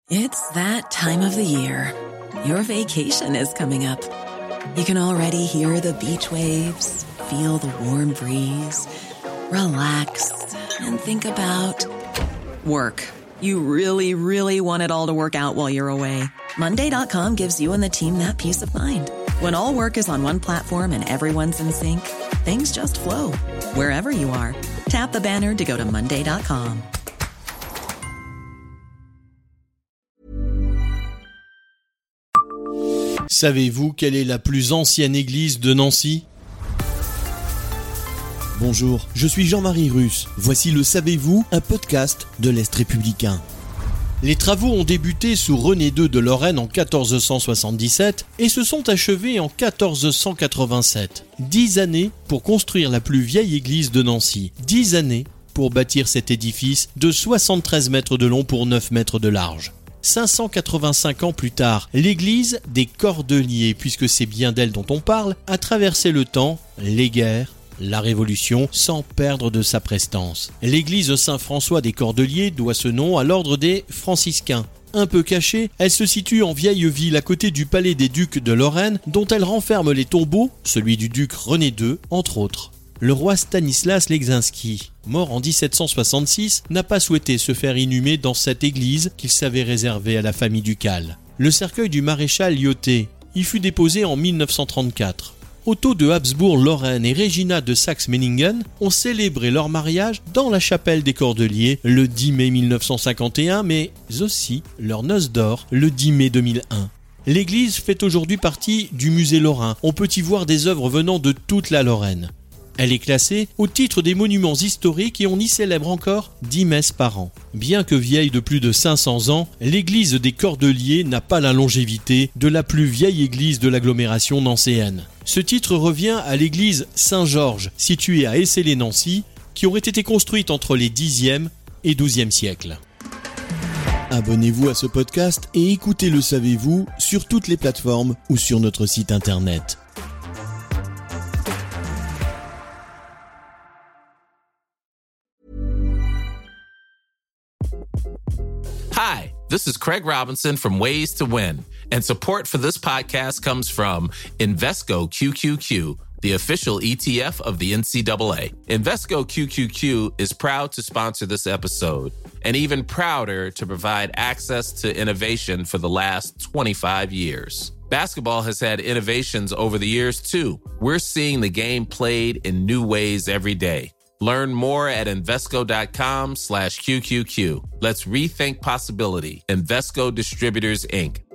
It's that time of the year. Your vacation is coming up. You can already hear the beach waves, feel the warm breeze, relax, and think about work. You really, really want it all to work out while you're away. Monday.com gives you and the team that peace of mind. When all work is on one platform and everyone's in sync, things just flow. Wherever you are, tap the banner to go to Monday.com. Savez-vous quelle est la plus ancienne église de Nancy ? Bonjour, je suis Jean-Marie Russe. Voici le Savez-vous, un podcast de l'Est républicain. Les travaux ont débuté sous René II de Lorraine en 1477 et se sont achevés en 1487. 10 années pour construire la plus vieille église de Nancy. 10 années pour bâtir cet édifice de 73 mètres de long pour 9 mètres de large. 585 ans plus tard, l'église des Cordeliers, puisque c'est bien d'elle dont on parle, a traversé le temps, les guerres, la Révolution, sans perdre de sa prestance. L'église Saint-François des Cordeliers doit ce nom à l'ordre des franciscains. Un peu cachée, elle se situe en vieille ville à côté du palais des ducs de Lorraine, dont elle renferme les tombeaux, celui du duc René II, entre autres. Le roi Stanislas Leczinski, mort en 1766, n'a pas souhaité se faire inhumer dans cette église qu'il savait réservée à la famille ducale. Le cercueil du maréchal Lyautey y fut déposé en 1934. Otto de Habsbourg-Lorraine et Régina de Saxe-Meiningen ont célébré leur mariage dans la chapelle des Cordeliers le 10 mai 1951, mais aussi leur noce d'or le 10 mai 2001. L'église fait aujourd'hui partie du musée lorrain. On peut y voir des œuvres venant de toute la Lorraine. Elle est classée au titre des monuments historiques et on y célèbre encore 10 messes par an. Bien que vieille de plus de 500 ans, l'église des Cordeliers n'a pas la longévité de la plus vieille église de l'agglomération nancéenne. Ce titre revient à l'église Saint-Georges, située à Essey-les-Nancy, qui aurait été construite entre les 10e et 12e siècles. Abonnez-vous à ce podcast et écoutez Le Savez-vous sur toutes les plateformes ou sur notre site internet. Hi, this is Craig Robinson from Ways to Win, and support for this podcast comes from Invesco QQQ, the official ETF of the NCAA. Invesco QQQ is proud to sponsor this episode, and even prouder to provide access to innovation for the last 25 years. Basketball has had innovations over the years, too. We're seeing the game played in new ways every day. Learn more at Invesco.com/QQQ. Let's rethink possibility. Invesco Distributors, Inc.